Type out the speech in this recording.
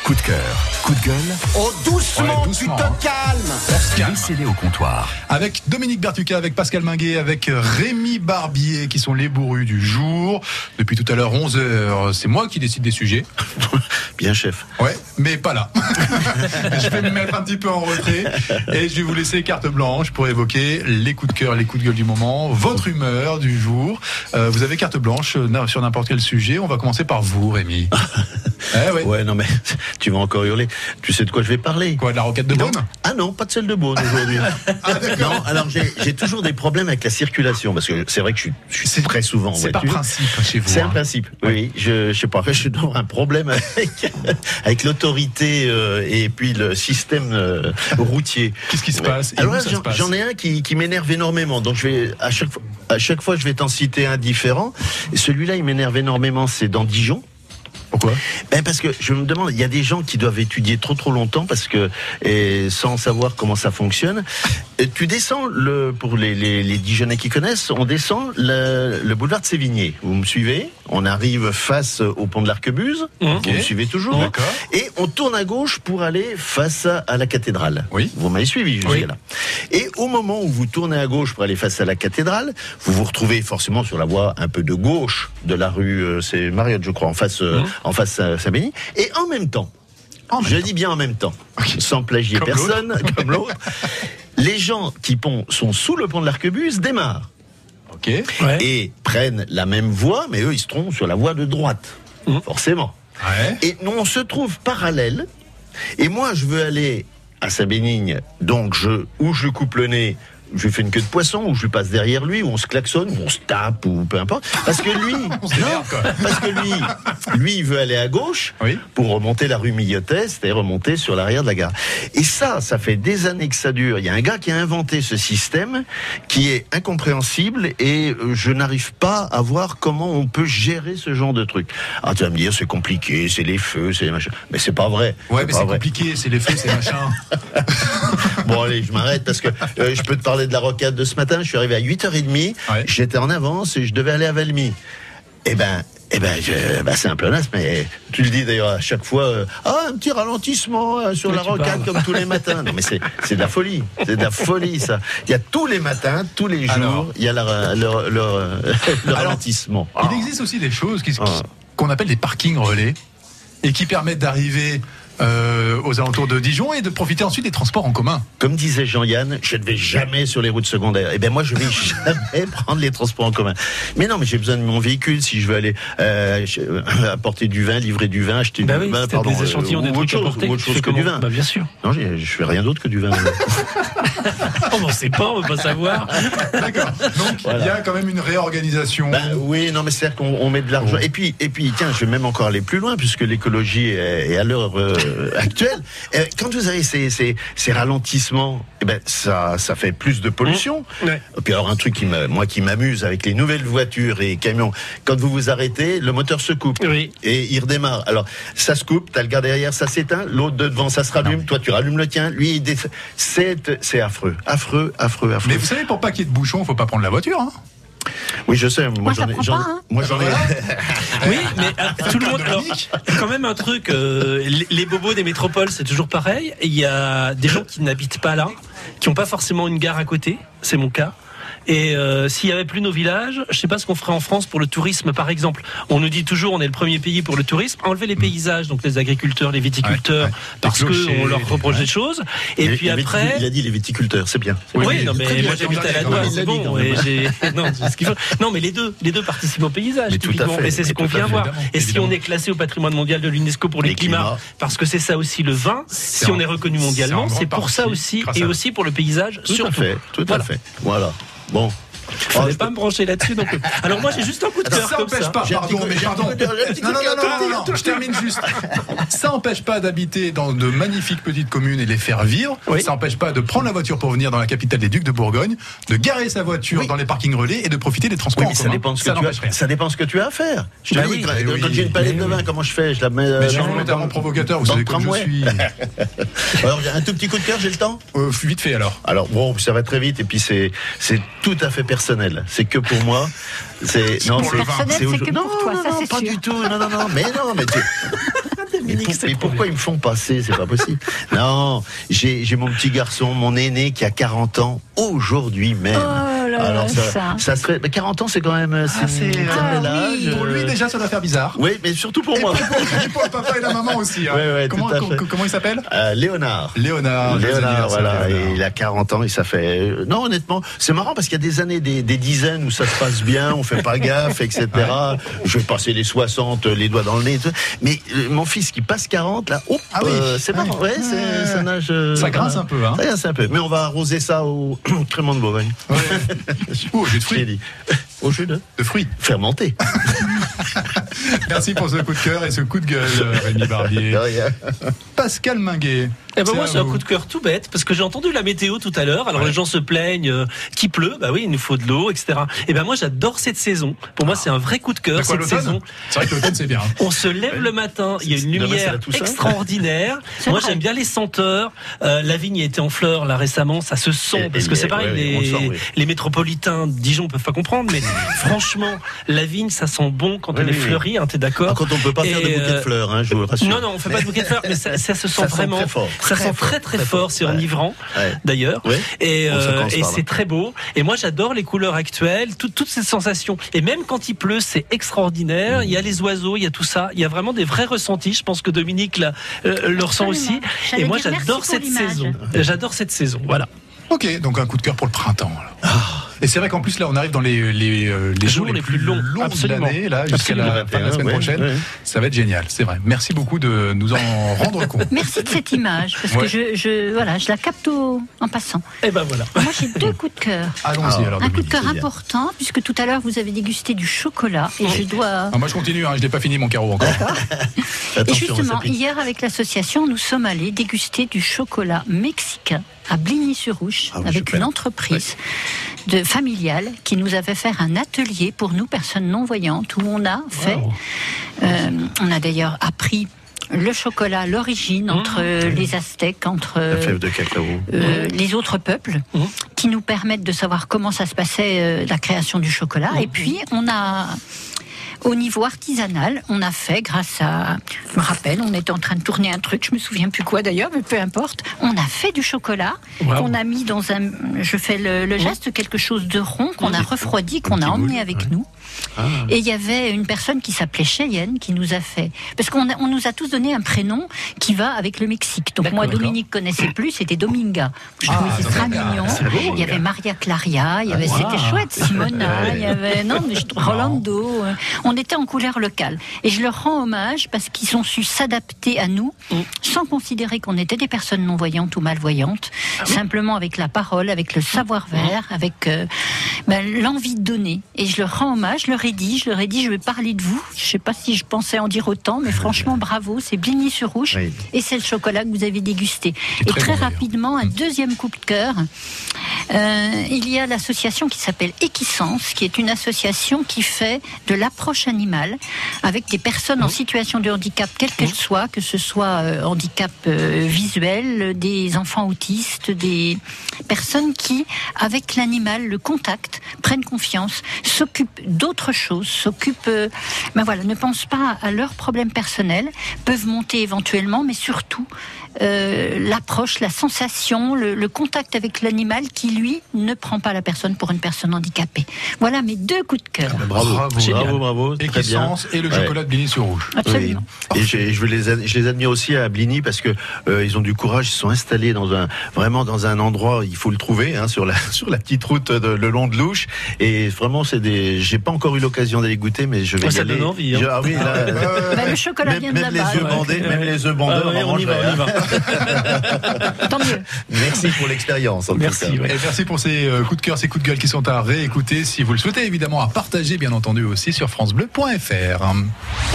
Coup de cœur, coup de gueule. Oh, doucement, tu te calmes. Laissez-les au comptoir. Avec Dominique Bertucca, avec Pascal Minguet, avec Rémi Barbier, qui sont les bourrus du jour. Depuis tout à l'heure, 11h, c'est moi qui décide des sujets. Bien, chef. Ouais, mais pas là. Je vais me mettre un petit peu en retrait et je vais vous laisser carte blanche pour évoquer les coups de cœur, les coups de gueule du moment, votre humeur du jour. Vous avez carte blanche sur n'importe quel sujet. On va commencer par vous, Rémi. Ouais, non, mais tu vas encore hurler. Tu sais de quoi je vais parler? Quoi, de la roquette de Beaune? Ah non, pas de celle de Beaune aujourd'hui. Non, alors j'ai toujours des problèmes avec la circulation parce que c'est vrai que je suis très souvent en C'est voiture. par principe chez vous. C'est un principe. Oui, je sais pas. Je dois avoir un problème avec l'autorité et puis le système routier. Qu'est-ce qui se passe? Et Alors, où ça se passe? j'en ai un qui m'énerve énormément. Donc je vais à chaque fois je vais t'en citer un différent. Et celui-là, il m'énerve énormément. C'est dans Dijon. Pourquoi? Parce que je me demande, il y a des gens qui doivent étudier trop longtemps parce que sans savoir comment ça fonctionne. Tu descends pour les Dijonnais qui connaissent, on descend le boulevard de Sévigné. Vous me suivez? On arrive face au pont de l'Arquebuse. Okay. Vous me suivez toujours? D'accord. Et on tourne à gauche pour aller face à la cathédrale. Oui. Vous m'avez suivi jusqu'à là. Et au moment où vous tournez à gauche pour aller face à la cathédrale, vous vous retrouvez forcément sur la voie un peu de gauche de la rue, c'est Mariotte, je crois, en face à Saint-Béni. Et en même temps, je dis bien en même temps, sans plagier Comme personne, comme l'autre, les gens qui sont sous le pont de l'Arquebuse démarrent. Ok. Et prennent la même voie, mais eux, ils se trouvent sur la voie de droite. Forcément. Ouais. Et nous, on se trouve parallèles. Et moi, je veux aller à Saint-Bénigne, donc ou je coupe le nez, je fais une queue de poisson, ou je passe derrière lui, ou on se klaxonne, ou on se tape, ou peu importe. Parce que lui, il veut aller à gauche pour remonter la rue Millotet, c'est-à-dire remonter sur l'arrière de la gare. Et ça fait des années que ça dure. Il y a un gars qui a inventé ce système qui est incompréhensible et je n'arrive pas à voir comment on peut gérer ce genre de truc. Alors tu vas me dire, c'est compliqué, c'est les feux, c'est les machins. Mais c'est pas vrai. Ouais, mais c'est compliqué, c'est les feux, c'est machin. Bon, allez, je m'arrête parce que je peux te parler de la rocade de ce matin. Je suis arrivé à 8h30. J'étais en avance et je devais aller à Valmy. C'est un pléonasme, mais tu le dis d'ailleurs à chaque fois. Un petit ralentissement sur la rocade comme tous les matins. Non, mais c'est de la folie. C'est de la folie, ça. Il y a tous les matins, tous les jours, il y a le ralentissement. Il existe aussi des choses qu'on appelle des parkings relais et qui permettent d'arriver aux alentours de Dijon et de profiter ensuite des transports en commun. Comme disait Jean-Yann, je ne vais jamais sur les routes secondaires. Eh bien moi, je vais jamais prendre les transports en commun. Mais non, mais j'ai besoin de mon véhicule si je veux aller apporter du vin, livrer du vin, acheter du vin, des échantillons, des trucs autre chose que du vin. Bien sûr. Non, je fais rien d'autre que du vin. On ne sait pas, on ne veut pas savoir. D'accord. Donc il y a quand même une réorganisation. Oui, non, mais c'est-à-dire qu'on met de l'argent. Et puis, tiens, je vais même encore aller plus loin puisque l'écologie est à l'heure actuelle. Quand vous avez ces ralentissements, ça fait plus de pollution. Et puis alors un truc qui m'amuse avec les nouvelles voitures et camions, quand vous vous arrêtez, le moteur se coupe et il redémarre. Alors ça se coupe, t'as le gars derrière, ça s'éteint, l'autre de devant ça se rallume, toi tu rallumes le tien, lui c'est affreux. Mais vous savez, pour pas qu'il y ait de bouchons, faut pas prendre la voiture, hein. Oui, je sais. Moi, j'en ai. Oui, mais tout le monde. Alors, quand même un truc. Les bobos des métropoles, c'est toujours pareil. Il y a des gens qui n'habitent pas là, qui n'ont pas forcément une gare à côté. C'est mon cas. Et s'il y avait plus nos villages, je sais pas ce qu'on ferait en France pour le tourisme, par exemple. On nous dit toujours, on est le premier pays pour le tourisme. Enlever les paysages, donc les agriculteurs, les viticulteurs, parce que on leur reproche des choses. Et puis après, il a dit les viticulteurs, c'est bien. Oui, non, mais moi j'habite à la Doise, c'est bon. Non, c'est ce qu'il faut. Non, mais les deux participent au paysage. Mais typiquement. tout à fait. Et c'est ce qu'on vient voir. Et si on est classé au patrimoine mondial de l'UNESCO pour les climats, parce que c'est ça aussi le vin. Si on est reconnu mondialement, c'est pour ça aussi, et aussi pour le paysage. Tout à fait. Voilà. Bon. Fallait pas me brancher là-dessus donc. Alors moi j'ai juste un coup de cœur comme ça. Pardon. Non, je termine juste. Ça empêche pas d'habiter dans de magnifiques petites communes et de les faire vivre. Ça empêche pas de prendre la voiture pour venir dans la capitale des Ducs de Bourgogne, de garer sa voiture dans les parkings relais et de profiter des transports en commun. Ça dépend ce que tu as à faire. Je te dis, quand j'ai une palette de vin, comment je fais? Je la mets. Mais je suis volontairement provocateur, vous savez comme je suis. Alors j'ai un tout petit coup de cœur, j'ai le temps? Vite fait alors. Alors bon, ça va très vite et puis c'est tout à fait personnel. C'est que pour moi. C'est que pour toi, ça c'est sûr. Pas du tout. Non. Mais non, mais Mais pourquoi ils me font passer? C'est pas possible. Non, j'ai mon petit garçon, mon aîné qui a 40 ans aujourd'hui même. Oh là alors là, ça serait. Mais 40 ans, c'est quand même. C'est l'âge. Pour lui déjà, ça doit faire bizarre. Oui, mais surtout pour moi. Et pour le papa et la maman aussi. Hein. Ouais, comment il s'appelle? Léonard. Léonard, voilà. Léonard. Et il a 40 ans et ça fait. Non, honnêtement, c'est marrant parce qu'il y a des années, des dizaines où ça se passe bien, on fait pas gaffe, etc. Ouais. Je vais passer les 60, les doigts dans le nez. Mais mon fils qui passe 40, là, c'est marrant. Ouais, c'est un âge. Ça grince un peu, hein. Ça grince un peu. Mais on va arroser ça au Crémant de Bourgogne. Ouais. Au jus de fruits. Au jus de fruits. Fermenté. Merci pour ce coup de cœur et ce coup de gueule, Rémi Barbier. Pascal Minguet. Eh ben moi, c'est un coup de cœur tout bête, parce que j'ai entendu la météo tout à l'heure. Alors les gens se plaignent qu'il pleut, bah oui, il nous faut de l'eau, etc. Et ben moi, j'adore cette saison. Pour moi, c'est un vrai coup de cœur, cette saison. C'est vrai que l'automne, c'est bien. On se lève le matin, il y a une lumière extraordinaire. Moi, j'aime bien les senteurs. La vigne a été en fleurs là récemment, ça se sent, parce que c'est pareil, les métropolitains de Dijon peuvent pas comprendre, mais franchement, la vigne, ça sent bon quand elle est fleurie, hein, t'es d'accord? Quand on peut pas faire de bouquet de fleurs, hein, je vous rassure. Non, on fait pas de bouquet de fleurs, mais ça se sent vraiment. Ça sent très fort, c'est enivrant d'ailleurs, et c'est très beau. Et moi j'adore les couleurs actuelles, toutes ces sensations. Et même quand il pleut, c'est extraordinaire. Il y a les oiseaux, il y a tout ça. Il y a vraiment des vrais ressentis. Je pense que Dominique le ressent aussi. Et moi j'adore cette saison. J'adore cette saison. Voilà. Ok, donc un coup de cœur pour le printemps. Et c'est vrai qu'en plus là on arrive dans les jours les plus longs de l'année, là jusqu'à la fin de la semaine prochaine. Ça va être génial, c'est vrai. Merci beaucoup de nous en rendre compte. Merci de cette image, parce que je la capte en passant. Et ben voilà. Moi j'ai deux coups de cœur. Allons-y alors. Un coup de cœur important, puisque tout à l'heure vous avez dégusté du chocolat et je dois. Moi je continue, je n'ai pas fini mon carreau encore. Et justement, hier avec l'association, nous sommes allés déguster du chocolat mexicain à Bligny-sur-Ouche, avec une entreprise familiale qui nous avait fait un atelier pour nous, personnes non-voyantes, où on a fait, on a d'ailleurs appris le chocolat, l'origine entre les Aztèques, entre la fève de cacao, les autres peuples, qui nous permettent de savoir comment ça se passait, la création du chocolat. Et puis, on a... Au niveau artisanal, on a fait, grâce à... Je me rappelle, on était en train de tourner un truc, je me souviens plus quoi d'ailleurs, mais peu importe. On a fait du chocolat, qu'on a mis dans un... Je fais le geste, quelque chose de rond, qu'on a refroidi, qu'on a emmené avec nous. Et il y avait une personne qui s'appelait Cheyenne, qui nous a fait... Parce qu'on nous a tous donné un prénom qui va avec le Mexique. Donc moi, Dominique connaissait plus, c'était Dominga. Je trouvais c'est très mignon. Il y avait Maria Claria, il y avait... C'était chouette, Simona, il y avait... Non, mais Rolando... On était en couleur locale. Et je leur rends hommage parce qu'ils ont su s'adapter à nous, sans considérer qu'on était des personnes non-voyantes ou malvoyantes, simplement avec la parole, avec le savoir-faire, avec l'envie de donner. Et je leur rends hommage, je leur ai dit, je vais parler de vous. Je ne sais pas si je pensais en dire autant, mais franchement, bravo, c'est Bligny-sur-Ouche, et c'est le chocolat que vous avez dégusté. Et très rapidement, un deuxième coup de cœur. Il y a l'association qui s'appelle Equisens, qui est une association qui fait de l'approche animale avec des personnes en situation de handicap, quelle qu'elle soit, que ce soit handicap visuel, des enfants autistes, des personnes qui, avec l'animal, le contact, prennent confiance, s'occupent d'autres choses, ne pensent pas à leurs problèmes personnels, peuvent monter éventuellement, mais surtout l'approche, la sensation, le contact avec l'animal qui, lui, ne prend pas la personne pour une personne handicapée. Voilà mes deux coups de cœur. Bravo. Très bien. Et le chocolat de Bligny-sur-Ouche. Absolument. Et je les admire aussi à Bligny parce que ils ont du courage, ils se sont installés vraiment dans un endroit, il faut le trouver, sur la petite route le long de l'Ouche. Et vraiment, j'ai pas encore eu l'occasion d'aller goûter, mais je vais y aller. Ça donne envie. Le chocolat vient de là-bas. Même les œufs bandés, on y va. Tant mieux. Merci pour l'expérience. Merci. Et merci pour ces coups de cœur, ces coups de gueule qui sont à réécouter si vous le souhaitez, évidemment à partager, bien entendu aussi sur francebleu.fr.